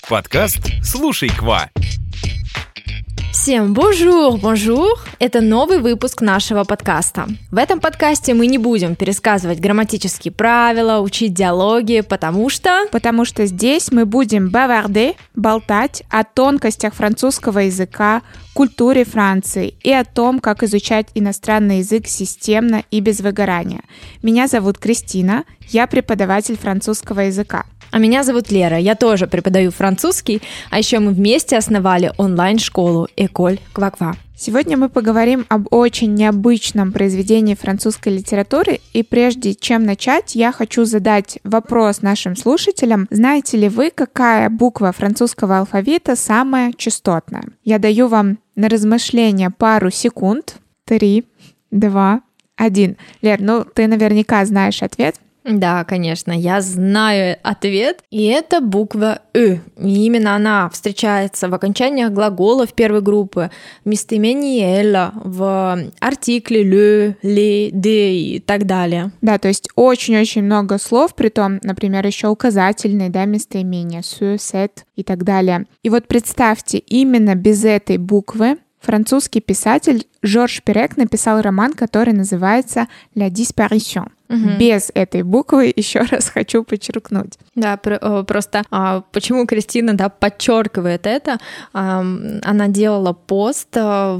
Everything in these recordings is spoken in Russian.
Подкаст «Слушай, Ква». Всем bonjour! Это новый выпуск нашего подкаста. В этом подкасте мы не будем пересказывать грамматические правила, учить диалоги, потому что здесь мы будем болтать о тонкостях французского языка, культуре Франции и о том, как изучать иностранный язык системно и без выгорания. Меня зовут Кристина, я преподаватель французского языка. А меня зовут Лера, я тоже преподаю французский, а еще мы вместе основали онлайн-школу École Kva. Сегодня мы поговорим об очень необычном произведении французской литературы, и прежде чем начать, я хочу задать вопрос нашим слушателям. Знаете ли вы, какая буква французского алфавита самая частотная? Я даю вам на размышление пару секунд. 3, 2, 1. Лер, ты наверняка знаешь ответ. Да, конечно, я знаю ответ, и это буква «ы». И именно она встречается в окончаниях глаголов первой группы, в местоимении «элла», в артикле «le», «les», «de» и так далее. Да, то есть очень-очень много слов, притом, например, еще указательные, местоимения «ce», «cette» и так далее. И вот представьте, именно без этой буквы французский писатель Жорж Перек написал роман, который называется «La disparition». Без этой буквы, еще раз хочу подчеркнуть. Да, просто почему Кристина подчеркивает это? Она делала пост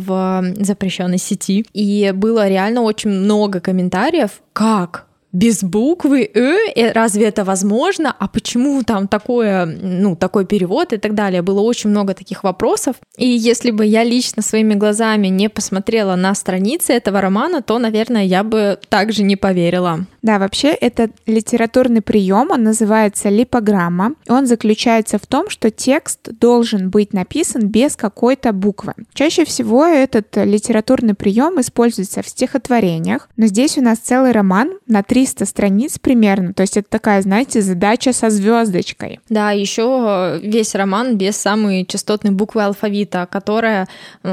в запрещенной сети, и было реально очень много комментариев, как без буквы «э», разве это возможно? А почему там такой перевод и так далее? Было очень много таких вопросов. И если бы я лично своими глазами не посмотрела на страницы этого романа, то, наверное, я бы также не поверила. Да, вообще это литературный прием, он называется липограмма. Он заключается в том, что текст должен быть написан без какой-то буквы. Чаще всего этот литературный прием используется в стихотворениях, но здесь у нас целый роман на 300 страниц примерно, то есть это такая, знаете, задача со звездочкой. Да, еще весь роман без самой частотной буквы алфавита, которая,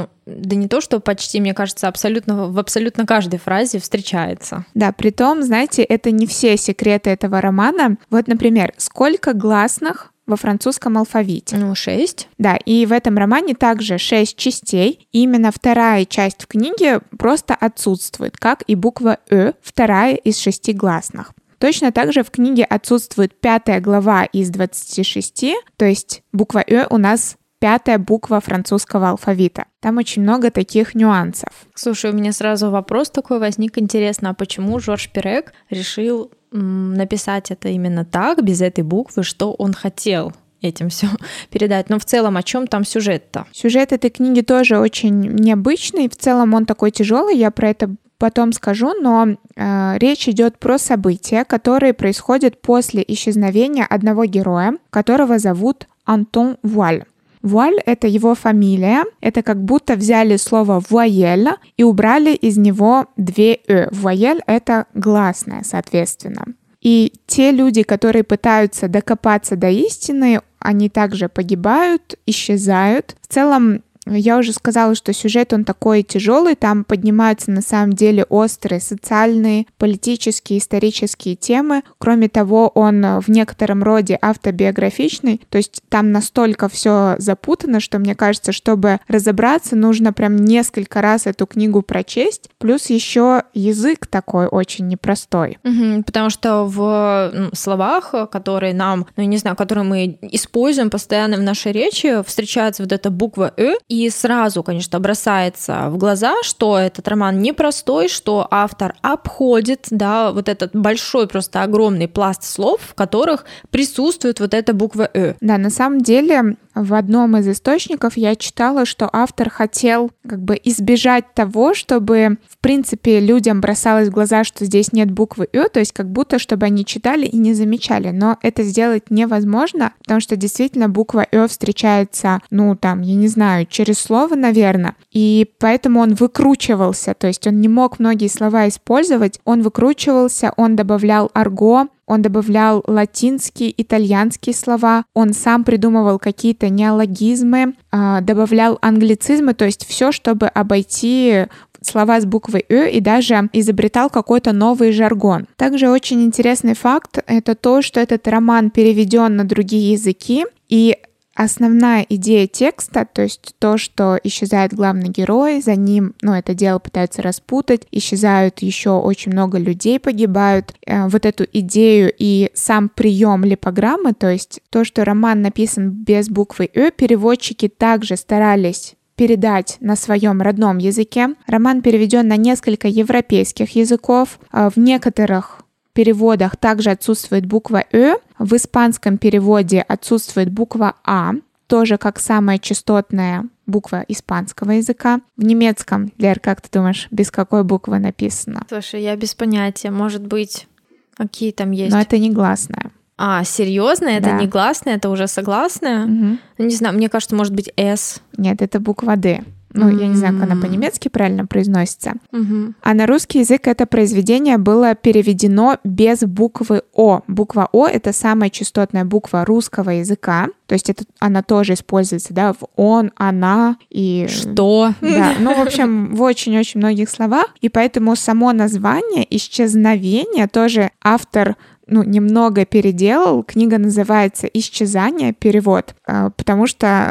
да не то, что почти, мне кажется, в абсолютно каждой фразе встречается. Да, притом, знаете, это не все секреты этого романа. Вот, например, сколько гласных во французском алфавите? 6. Да, и в этом романе также 6 частей. И именно вторая часть в книге просто отсутствует, как и буква «э», вторая из 6 гласных. Точно так же в книге отсутствует 5 глава из 26, то есть буква «э» у нас 5 буква французского алфавита. Там очень много таких нюансов. Слушай, у меня сразу вопрос такой возник, интересно, а почему Жорж Перек решил написать это именно так, без этой буквы, что он хотел этим все передать? Но в целом, о чем там сюжет-то? Сюжет этой книги тоже очень необычный, в целом он такой тяжелый, я про это потом скажу, но речь идет про события, которые происходят после исчезновения одного героя, которого зовут Антон Вуаль. Вуаль — это его фамилия, это как будто взяли слово «вуаель» и убрали из него 2 «э». Вуаель — это гласное, соответственно. И те люди, которые пытаются докопаться до истины, они также погибают, исчезают. В целом, я уже сказала, что сюжет он такой тяжелый, там поднимаются на самом деле острые социальные, политические, исторические темы. Кроме того, он в некотором роде автобиографичный, то есть там настолько все запутано, что мне кажется, чтобы разобраться, нужно прям несколько раз эту книгу прочесть, плюс еще язык такой очень непростой. Потому что в словах, которые которые мы используем постоянно в нашей речи, встречается вот эта буква «э», и сразу, конечно, бросается в глаза, что этот роман непростой, что автор обходит, вот этот большой, просто огромный пласт слов, в которых присутствует вот эта буква «э». Да, на самом деле, в одном из источников я читала, что автор хотел избежать того, чтобы, в принципе, людям бросалось в глаза, что здесь нет буквы «ё», то есть как будто, чтобы они читали и не замечали. Но это сделать невозможно, потому что действительно буква «ё» встречается, я не знаю, через слово, наверное. И поэтому он выкручивался, то есть он не мог многие слова использовать, он выкручивался, он добавлял арго, он добавлял латинские, итальянские слова, он сам придумывал какие-то неологизмы, добавлял англицизмы, то есть все, чтобы обойти слова с буквой «ы» и даже изобретал какой-то новый жаргон. Также очень интересный факт — это то, что этот роман переведен на другие языки, и основная идея текста, то есть то, что исчезает главный герой, за ним, это дело пытаются распутать, исчезают еще очень много людей, погибают. Вот эту идею и сам прием липограммы, то есть то, что роман написан без буквы «ё», переводчики также старались передать на своем родном языке. Роман переведен на несколько европейских языков. В некоторых переводах также отсутствует буква «ё». В испанском переводе отсутствует буква «а», тоже как самая частотная буква испанского языка. В немецком, Лер, как ты думаешь, без какой буквы написано? Слушай, я без понятия. Может быть, какие там есть? Но это негласное. А, серьезно? Это Да. негласное? Это уже согласное? Угу. Не знаю, мне кажется, может быть, «с». Нет, это буква «д». Я не знаю, как она по-немецки правильно произносится. А на русский язык это произведение было переведено без буквы «о». Буква «о» — это самая частотная буква русского языка. То есть она тоже используется, в «он», «она» и... Что? Да, в общем, в очень-очень многих словах. И поэтому само название «Исчезновение» тоже автор немного переделал. Книга называется «Исчезание», перевод, потому что,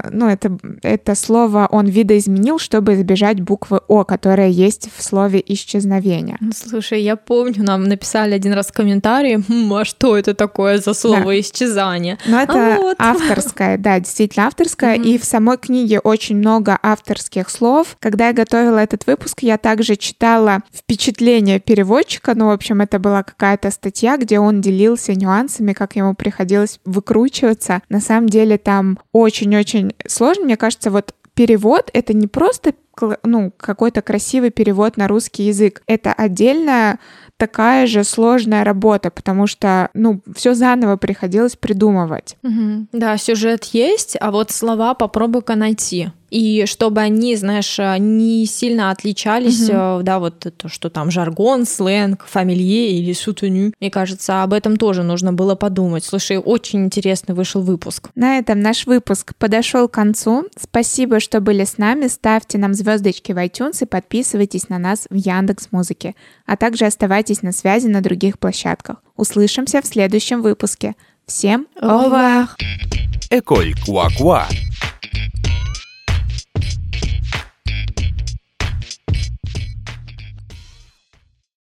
это слово он видоизменил, чтобы избежать буквы «о», которая есть в слове «исчезновение». Слушай, я помню, нам написали один раз в комментарии, а что это такое за слово «исчезание»? Это авторское, действительно авторское, и в самой книге очень много авторских слов. Когда я готовила этот выпуск, я также читала впечатление переводчика, в общем, это была какая-то статья, где он делился нюансами, как ему приходилось выкручиваться. На самом деле там очень-очень сложно. Мне кажется, перевод — это не просто какой-то красивый перевод на русский язык. Это отдельная такая же сложная работа, потому что, все заново приходилось придумывать. Да, сюжет есть, а вот слова попробуй-ка найти. И чтобы они, знаешь, не сильно отличались, то, что там жаргон, сленг, фамилье или сутеню. Мне кажется, об этом тоже нужно было подумать. Слушай, очень интересный вышел выпуск. На этом наш выпуск подошел к концу. Спасибо, что были с нами. Ставьте нам звездочки в iTunes и подписывайтесь на нас в Яндекс.Музыке, а также оставайтесь на связи на других площадках. Услышимся в следующем выпуске. Всем au revoir! École Quoi Quoi.